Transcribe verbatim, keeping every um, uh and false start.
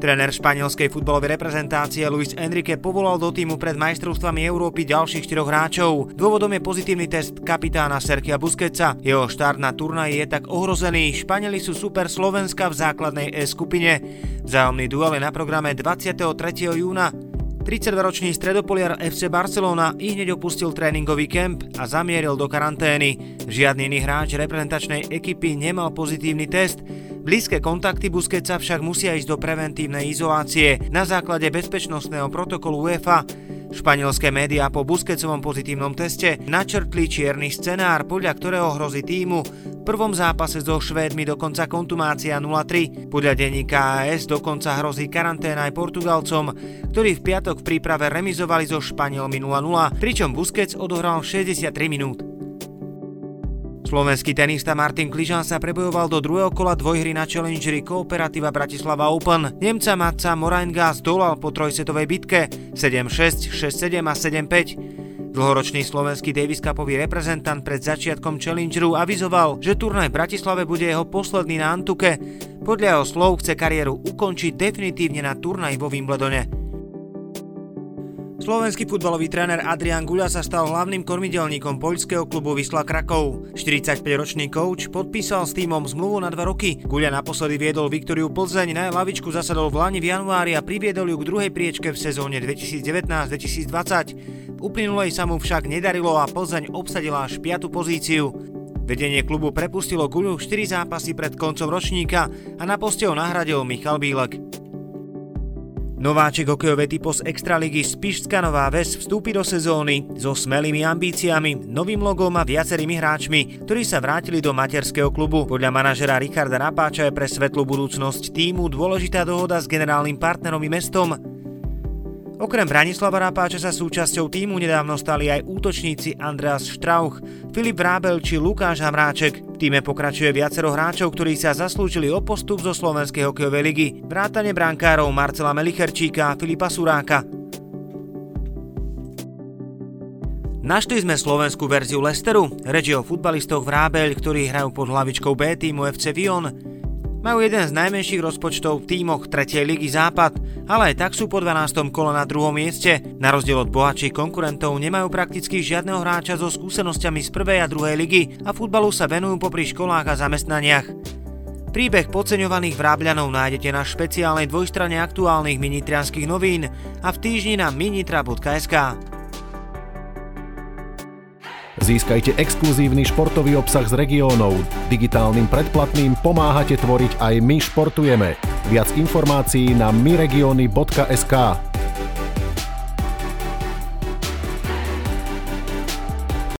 Tréner španielskej futbalovej reprezentácie Luis Enrique povolal do týmu pred majstrovstvami Európy ďalších štyroch hráčov. Dôvodom je pozitívny test kapitána Sergia Busquetsa. Jeho štart na turnaji je tak ohrozený. Španieli sú super Slovenska v základnej E skupine. Vzájomný duel je na programe dvadsiateho tretieho júna. tridsaťdvaročný stredopoliar ef cé Barcelona i hneď opustil tréningový kemp a zamieril do karantény. Žiadny iný hráč reprezentačnej ekipy nemal pozitívny test. Blízke kontakty Busquetsa však musia ísť do preventívnej izolácie na základe bezpečnostného protokolu UEFA. Španielské médiá po Busquetsovom pozitívnom teste načrtli čierny scenár, podľa ktorého hrozí týmu v prvom zápase so Švédmi dokonca kontumácia nula tri. Podľa denníka á es dokonca hrozí karanténa aj Portugalcom, ktorí v piatok v príprave remizovali so Španielmi nula nula, pričom Busquets odohral šesťdesiattri minút. Slovenský tenista Martin Kližan sa prebojoval do druhého kola dvojhry na Challengeri Cooperativa Bratislava Open. Nemca Matsa Morainga zdolal po trojsetovej bitke sedem šesť, šesť sedem a sedem päť. Dlhoročný slovenský Davis Cupový reprezentant pred začiatkom Challengeru avizoval, že turnaj v Bratislave bude jeho posledný na Antuke. Podľa jeho slov chce kariéru ukončiť definitívne na turnaji vo Wimbledone. Slovenský futbalový tréner Adrian Guľa sa stal hlavným kormidelníkom poľského klubu Wisla Krakov. štyridsaťpäťročný coach podpísal s tímom zmluvu na dva roky. Guľa naposledy viedol Viktoriu Plzeň, na jej lavičku zasadol v lani v januári a priviedol ju k druhej priečke v sezóne dvetisícdevätnásť dvetisícdvadsať. V uplynulej sa mu však nedarilo a Plzeň obsadila až piatu pozíciu. Vedenie klubu prepustilo Guľu štyri zápasy pred koncom ročníka a na poste ho nahradil Michal Bílek. Nováčik hokejové typo z Extraligy Spišská Nová Ves vstúpi do sezóny so smelými ambíciami, novým logom a viacerými hráčmi, ktorí sa vrátili do materského klubu. Podľa manažera Richarda Rapáča je pre svetlú budúcnosť tímu dôležitá dohoda s generálnym partnerom i mestom. Okrem Branislava Rapáča sa súčasťou tímu nedávno stali aj útočníci Andreas Štrauch, Filip Vrábel či Lukáš Hamráček. V tíme pokračuje viacero hráčov, ktorí sa zaslúžili o postup zo Slovenskej hokejovej ligy. Vrátane brankárov Marcela Melicherčíka a Filipa Suráka. Našli sme slovenskú verziu Leicesteru. Reč je o futbalistoch Vrábeľ, ktorí hrajú pod hlavičkou B tímu ef cé Vion. Majú jeden z najmenších rozpočtov v tímoch tretej ligy Západ, ale aj tak sú po dvanástom kole na druhom mieste. Na rozdiel od bohatších konkurentov nemajú prakticky žiadneho hráča so skúsenosťami z prvej a druhej ligy a futbalu sa venujú popri školách a zamestnaniach. Príbeh podceňovaných Vrábľanov nájdete na špeciálnej dvojstrane aktuálnych minitrianskych novín a v týždni na minitra bodka es ká. Získajte exkluzívny športový obsah z regiónov. Digitálnym predplatným pomáhate tvoriť aj My športujeme. Viac informácií na myregiony bodka es ká.